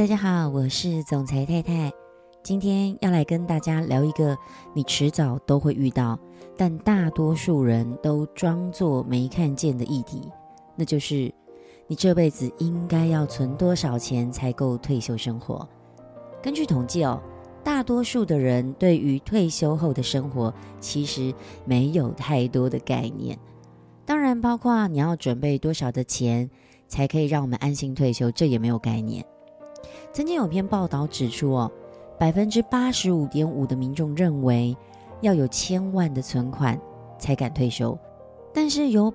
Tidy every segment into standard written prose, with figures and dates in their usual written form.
大家好，我是总裁太太。今天要来跟大家聊一个你迟早都会遇到，但大多数人都装作没看见的议题，那就是你这辈子应该要存多少钱才够退休生活。根据统计大多数的人对于退休后的生活其实没有太多的概念，当然包括你要准备多少的钱才可以让我们安心退休，这也没有概念。曾经有篇报道指出85.5% 的民众认为要有1000万的存款才敢退休，但是有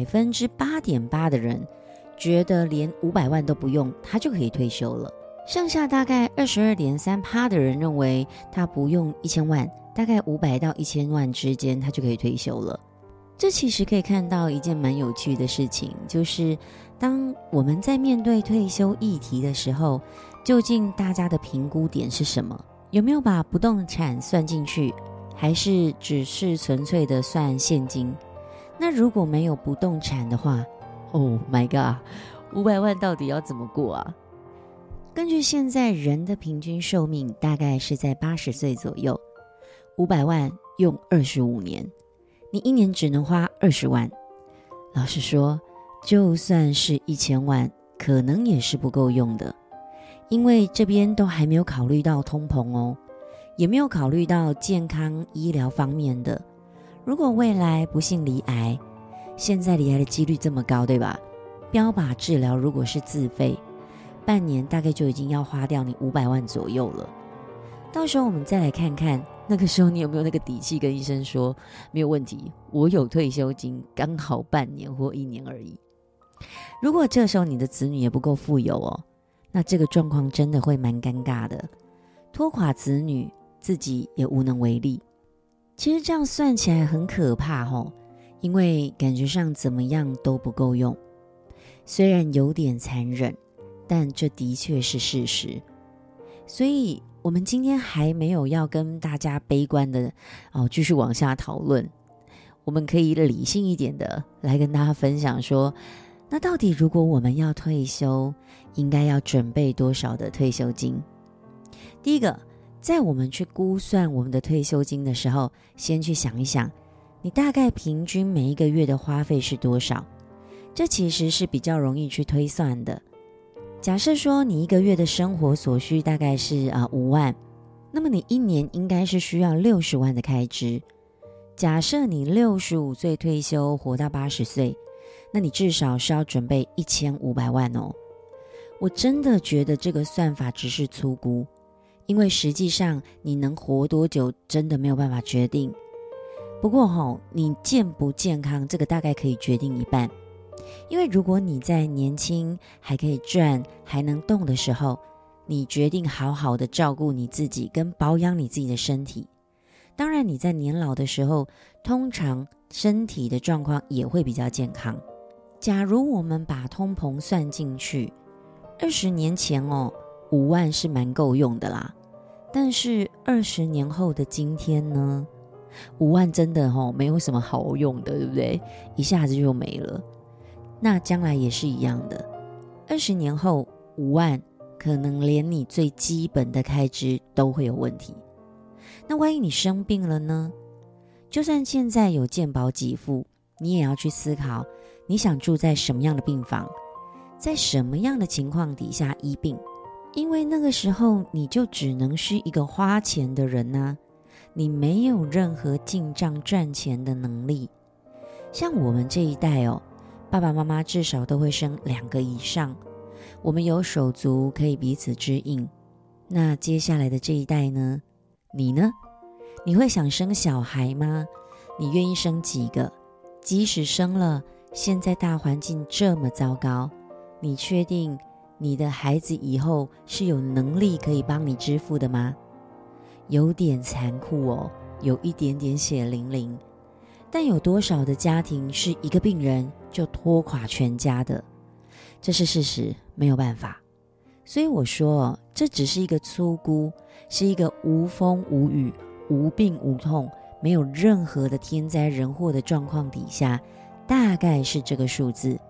8.8% 的人觉得连500万都不用他就可以退休了，剩下大概 22.3% 的人认为他不用1000万，大概500到1000万之间他就可以退休了。这其实可以看到一件蛮有趣的事情，就是当我们在面对退休议题的时候，究竟大家的评估点是什么？有没有把不动产算进去，还是只是纯粹的算现金？那如果没有不动产的话 ，Oh my god， 500万到底要怎么过啊？根据现在人的平均寿命大概是在80岁左右，500万用25年，你一年只能花20万。老实说，就算是1000万，可能也是不够用的，因为这边都还没有考虑到通膨也没有考虑到健康医疗方面的。如果未来不幸罹癌，现在罹癌的几率这么高，对吧？标靶治疗如果是自费，半年大概就已经要花掉你500万左右了。到时候我们再来看看，那个时候你有没有那个底气跟医生说，没有问题，我有退休金，刚好半年或1年而已。如果这时候你的子女也不够富有那这个状况真的会蛮尴尬的，拖垮子女，自己也无能为力。其实这样算起来很可怕因为感觉上怎么样都不够用。虽然有点残忍，但这的确是事实。所以我们今天还没有要跟大家悲观的继续往下讨论，我们可以理性一点的来跟大家分享说，那到底如果我们要退休，应该要准备多少的退休金？第一个，在我们去估算我们的退休金的时候，先去想一想，你大概平均每一个月的花费是多少？这其实是比较容易去推算的。假设说你一个月的生活所需大概是5万，那么你一年应该是需要60万的开支。假设你65岁退休活到80岁，那你至少是要准备1500万我真的觉得这个算法只是粗估，因为实际上你能活多久真的没有办法决定。不过你健不健康这个大概可以决定一半。因为如果你在年轻还可以赚还能动的时候，你决定好好的照顾你自己跟保养你自己的身体，当然你在年老的时候通常身体的状况也会比较健康。假如我们把通膨算进去，20年前5万是蛮够用的啦，但是20年后的今天呢，5万真的没有什么好用的，对不对？一下子就没了。那将来也是一样的，20年后5万可能连你最基本的开支都会有问题。那万一你生病了呢？就算现在有健保给付，你也要去思考你想住在什么样的病房，在什么样的情况底下医病，因为那个时候你就只能是一个花钱的人你没有任何进账赚钱的能力。像我们这一代爸爸妈妈至少都会生2个以上，我们有手足可以彼此支应。那接下来的这一代呢？你呢？你会想生小孩吗？你愿意生几个？即使生了，现在大环境这么糟糕，你确定你的孩子以后是有能力可以帮你支付的吗？有点残酷有一点点血淋淋。但有多少的家庭是一个病人就拖垮全家的？这是事实，没有办法。所以我说这只是一个粗估，是一个无风无雨、无病无痛、没有任何的天灾人祸的状况底下，大概是这个数字。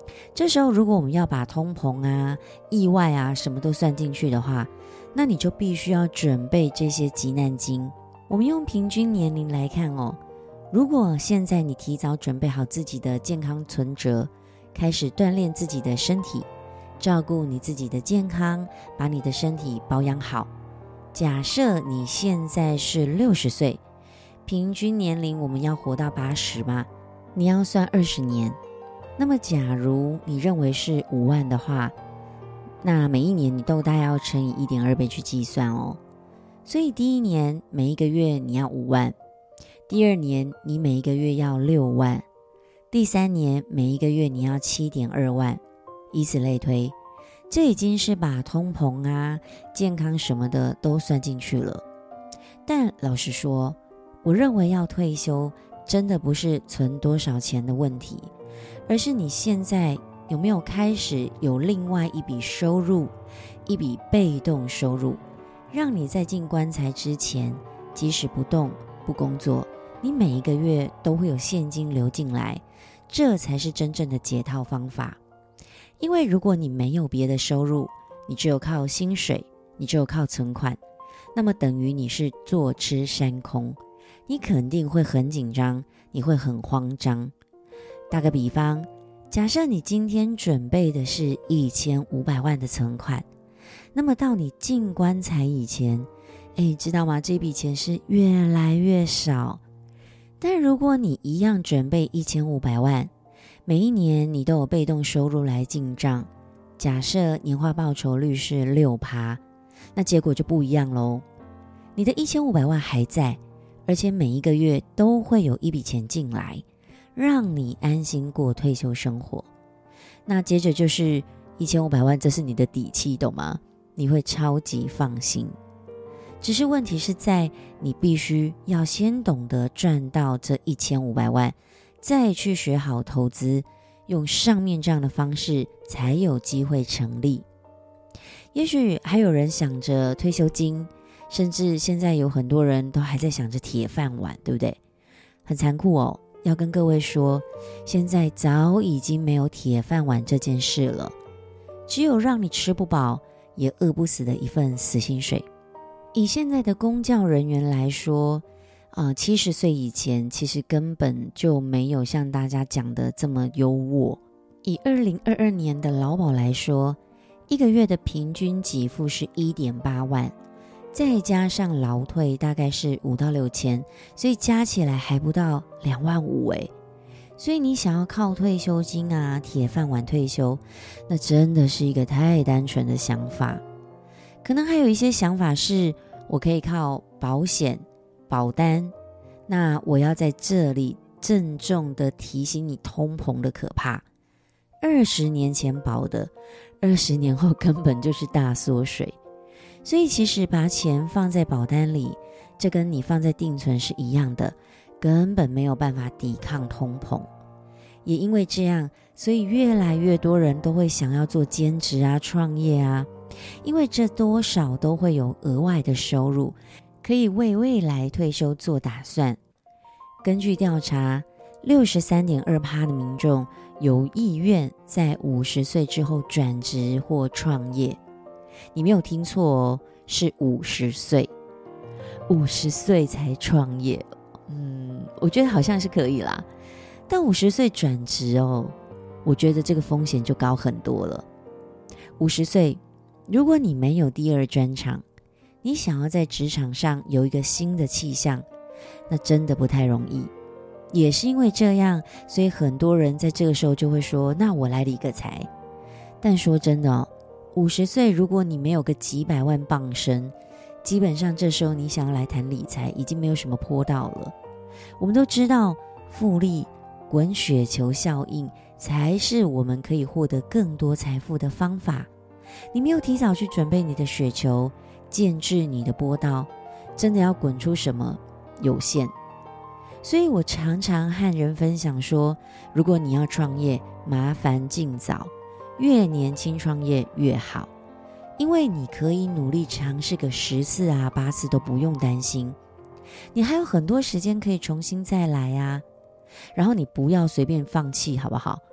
这时候如果我们要把通膨啊、意外啊什么都算进去的话，那你就必须要准备这些急难金。我们用平均年龄来看哦，如果现在你提早准备好自己的健康存折，开始锻炼自己的身体，照顾你自己的健康，把你的身体保养好。假设你现在是60岁，平均年龄我们要活到80嘛，你要算20年。那么假如你认为是5万的话，那每一年你都大概要乘以 1.2 倍去计算哦。所以第一年每一个月你要5万，第二年你每一个月要6万，第三年每一个月你要 7.2 万，以此类推。这已经是把通膨啊、健康什么的都算进去了。但老实说，我认为要退休真的不是存多少钱的问题，而是你现在有没有开始有另外一笔收入，一笔被动收入，让你在进棺材之前，即使不动不工作，你每一个月都会有现金流进来，这才是真正的解套方法。因为如果你没有别的收入，你只有靠薪水，你只有靠存款，那么等于你是坐吃山空，你肯定会很紧张，你会很慌张。打个比方，假设你今天准备的是1500万的存款，那么到你进棺材以前，知道吗？这笔钱是越来越少。但如果你一样准备1500万，每一年你都有被动收入来进账，假设年化报酬率是 6%， 那结果就不一样咯。你的1500万还在，而且每一个月都会有一笔钱进来，让你安心过退休生活。那接着就是1500万，这是你的底气，懂吗？你会超级放心。只是问题是在你必须要先懂得赚到这1500万，再去学好投资，用上面这样的方式才有机会成立。也许还有人想着退休金，甚至现在有很多人都还在想着铁饭碗，对不对？很残酷哦，要跟各位说，现在早已经没有铁饭碗这件事了，只有让你吃不饱也饿不死的一份死薪水。以现在的公教人员来说，70岁以前其实根本就没有像大家讲的这么优渥。以2022年的劳保来说，一个月的平均给付是 1.8 万，再加上劳退大概是5到6千，所以加起来还不到2万5。所以你想要靠退休金啊、铁饭碗退休，那真的是一个太单纯的想法。可能还有一些想法是，我可以靠保险、保单。那我要在这里郑重的提醒你通膨的可怕。20年前保的，20年后根本就是大缩水。所以其实把钱放在保单里，这跟你放在定存是一样的，根本没有办法抵抗通膨。也因为这样，所以越来越多人都会想要做兼职啊、创业啊，因为这多少都会有额外的收入，可以为未来退休做打算。根据调查， 63.2% 的民众有意愿在50岁之后转职或创业。你没有听错哦，是50岁，50岁才创业。我觉得好像是可以啦，但50岁转职哦，我觉得这个风险就高很多了。50岁，如果你没有第二专长，你想要在职场上有一个新的气象，那真的不太容易。也是因为这样，所以很多人在这个时候就会说，那我来理个财。但说真的哦，50岁如果你没有个几百万傍身，基本上这时候你想要来谈理财已经没有什么坡道了。我们都知道复利、滚雪球效应才是我们可以获得更多财富的方法。你没有提早去准备你的雪球，建制你的坡道，真的要滚出什么有限。所以我常常和人分享说，如果你要创业，麻烦尽早，越年轻创业越好，因为你可以努力尝试个10次啊、8次都不用担心，你还有很多时间可以重新再来啊。然后你不要随便放弃，好不好？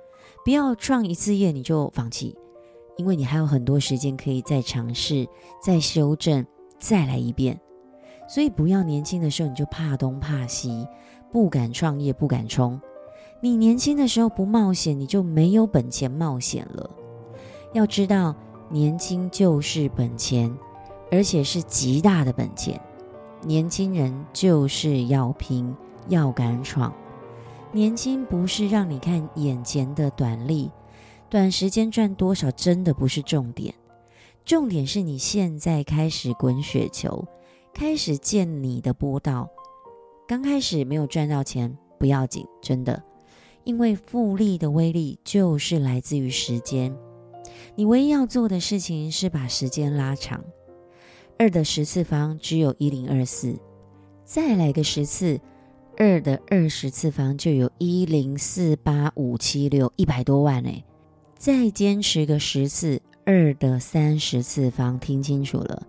不要创一次业你就放弃，因为你还有很多时间可以再尝试、再修正、再来一遍。所以不要年轻的时候你就怕东怕西，不敢创业，不敢冲。你年轻的时候不冒险，你就没有本钱冒险了。要知道，年轻就是本钱，而且是极大的本钱。年轻人就是要拼，要敢闯。年轻不是让你看眼前的短利，短时间赚多少真的不是重点。重点是你现在开始滚雪球，开始建你的波道。刚开始没有赚到钱不要紧，真的，因为复利的威力就是来自于时间。你唯一要做的事情是把时间拉长。2的10次方只有1024，再来个10次，2的20次方就有1048576，100多万欸。再坚持个10次，2的30次方，听清楚了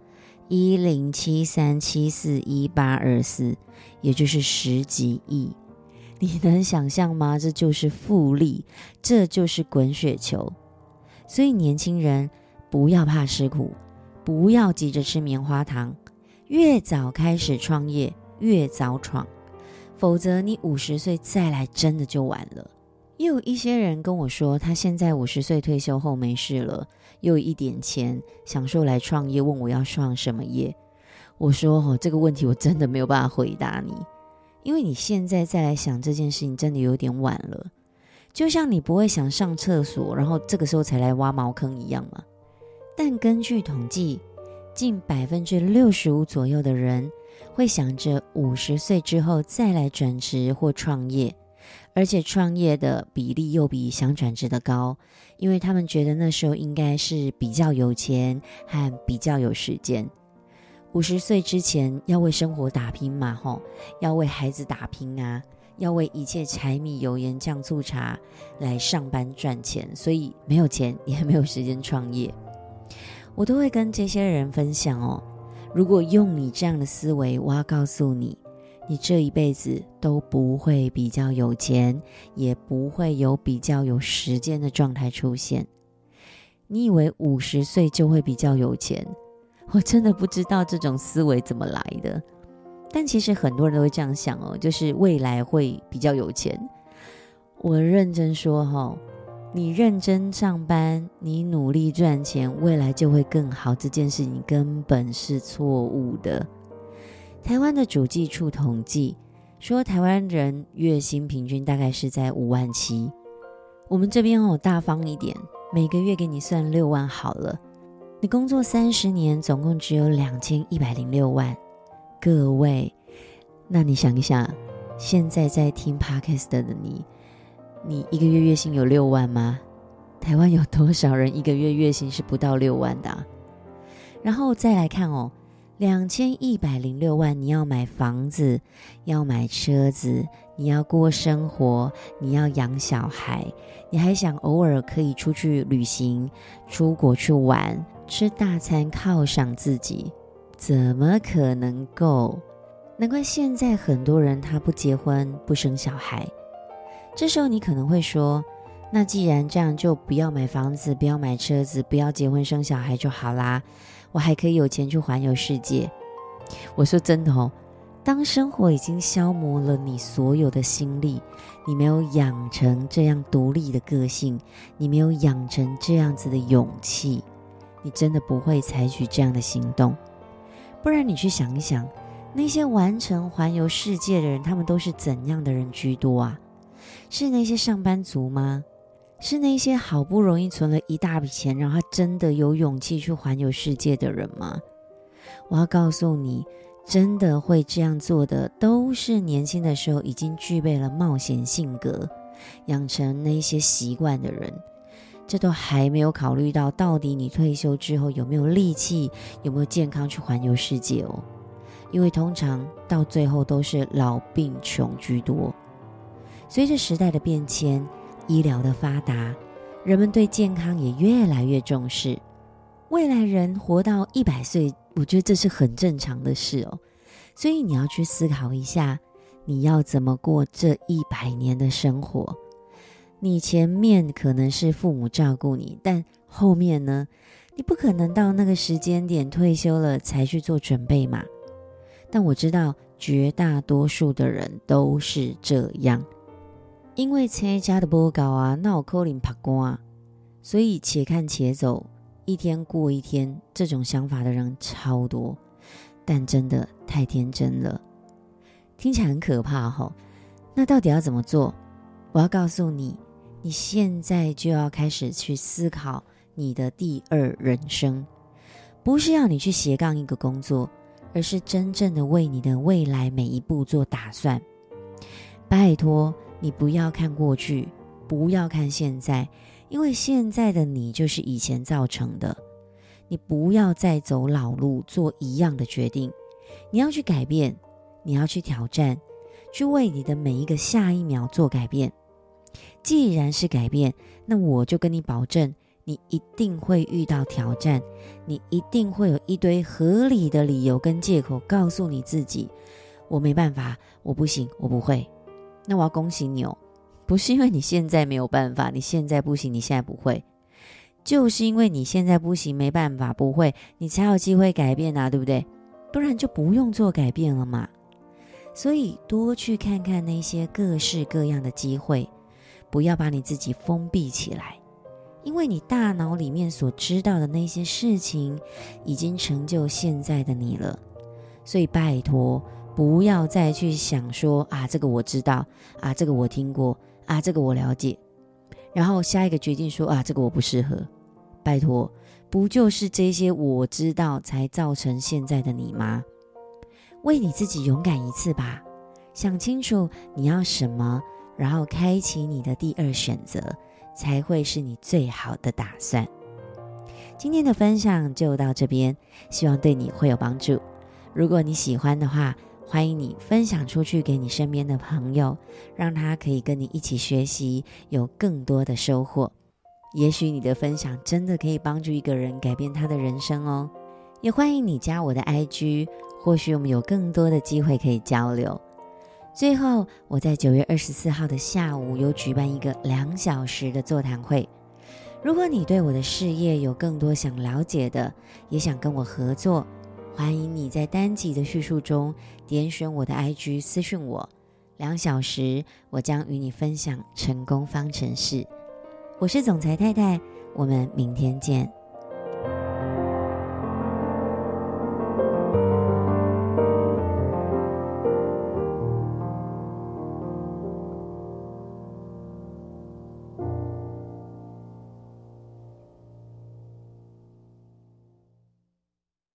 ，10737418824，也就是10几亿。你能想象吗？这就是复利，这就是滚雪球。所以年轻人不要怕吃苦，不要急着吃棉花糖，越早开始创业越早闯，否则你50岁再来真的就晚了。也有一些人跟我说，他现在50岁退休后没事了，又有一点钱，想说来创业，问我要创什么业。我说这个问题我真的没有办法回答你，因为你现在再来想这件事情真的有点晚了。就像你不会想上厕所，然后这个时候才来挖茅坑一样嘛。但根据统计，近65%左右的人会想着50岁之后再来转职或创业，而且创业的比例又比想转职的高，因为他们觉得那时候应该是比较有钱和比较有时间。50岁之前要为生活打拼嘛，要为孩子打拼啊，要为一切柴米油盐酱醋茶来上班赚钱，所以没有钱也没有时间创业。我都会跟这些人分享如果用你这样的思维，我要告诉你，你这一辈子都不会比较有钱，也不会有比较有时间的状态出现。你以为50岁就会比较有钱，我真的不知道这种思维怎么来的。但其实很多人都会这样想就是未来会比较有钱。我认真说你认真上班，你努力赚钱，未来就会更好，这件事情根本是错误的。台湾的主计处统计说，台湾人月薪平均大概是在57000，我们这边大方一点，每个月给你算6万好了，你工作30年总共只有2106万。各位，那你想一想，现在在听 Podcast 的你一个月月薪有6万吗？台湾有多少人一个月月薪是不到6万的然后再来看2106万，你要买房子，要买车子，你要过生活，你要养小孩，你还想偶尔可以出去旅行，出国去玩，吃大餐犒赏自己，怎么可能够？难怪现在很多人他不结婚不生小孩。这时候你可能会说，那既然这样，就不要买房子，不要买车子，不要结婚生小孩就好啦，我还可以有钱去环游世界。我说真的当生活已经消磨了你所有的心力，你没有养成这样独立的个性，你没有养成这样子的勇气，你真的不会采取这样的行动。不然你去想一想，那些完成环游世界的人，他们都是怎样的人居多啊？是那些上班族吗？是那些好不容易存了一大笔钱，让他真的有勇气去环游世界的人吗？我要告诉你，真的会这样做的，都是年轻的时候已经具备了冒险性格，养成那些习惯的人。这都还没有考虑到，到底你退休之后有没有力气，有没有健康去环游世界因为通常到最后都是老病穷居多。随着时代的变迁，医疗的发达，人们对健康也越来越重视。未来人活到100岁，我觉得这是很正常的事所以你要去思考一下，你要怎么过这100年的生活。 你前面可能是父母照顾你，但后面呢，你不可能到那个时间点退休了才去做准备嘛。但我知道绝大多数的人都是这样，因为车家的不高啊，那我可能拍光啊，所以且看且走，一天过一天，这种想法的人超多，但真的太天真了，听起来很可怕吼。那到底要怎么做？我要告诉你，你现在就要开始去思考你的第二人生，不是要你去斜杠一个工作，而是真正的为你的未来每一步做打算。拜托你不要看过去，不要看现在，因为现在的你就是以前造成的。你不要再走老路，做一样的决定，你要去改变，你要去挑战，去为你的每一个下一秒做改变。既然是改变，那我就跟你保证，你一定会遇到挑战，你一定会有一堆合理的理由跟借口告诉你自己，我没办法，我不行，我不会。那我要恭喜你哦，不是因为你现在没有办法，你现在不行，你现在不会，就是因为你现在不行，没办法，不会，你才有机会改变啊，对不对？不然就不用做改变了嘛。所以多去看看那些各式各样的机会，不要把你自己封闭起来，因为你大脑里面所知道的那些事情已经成就现在的你了。所以拜托不要再去想说啊，这个我知道啊，这个我听过啊，这个我了解，然后下一个决定说啊，这个我不适合。拜托，不就是这些我知道才造成现在的你吗？为你自己勇敢一次吧，想清楚你要什么，然后开启你的第二选择，才会是你最好的打算。今天的分享就到这边，希望对你会有帮助。如果你喜欢的话，欢迎你分享出去给你身边的朋友，让他可以跟你一起学习，有更多的收获。也许你的分享真的可以帮助一个人改变他的人生哦。也欢迎你加我的 IG， 或许我们有更多的机会可以交流。最后，我在9月24号的下午有举办一个2小时的座谈会。如果你对我的事业有更多想了解的，也想跟我合作，欢迎你在单集的叙述中点选我的 IG 私讯我，2小时我将与你分享成功方程式。我是总裁太太，我们明天见。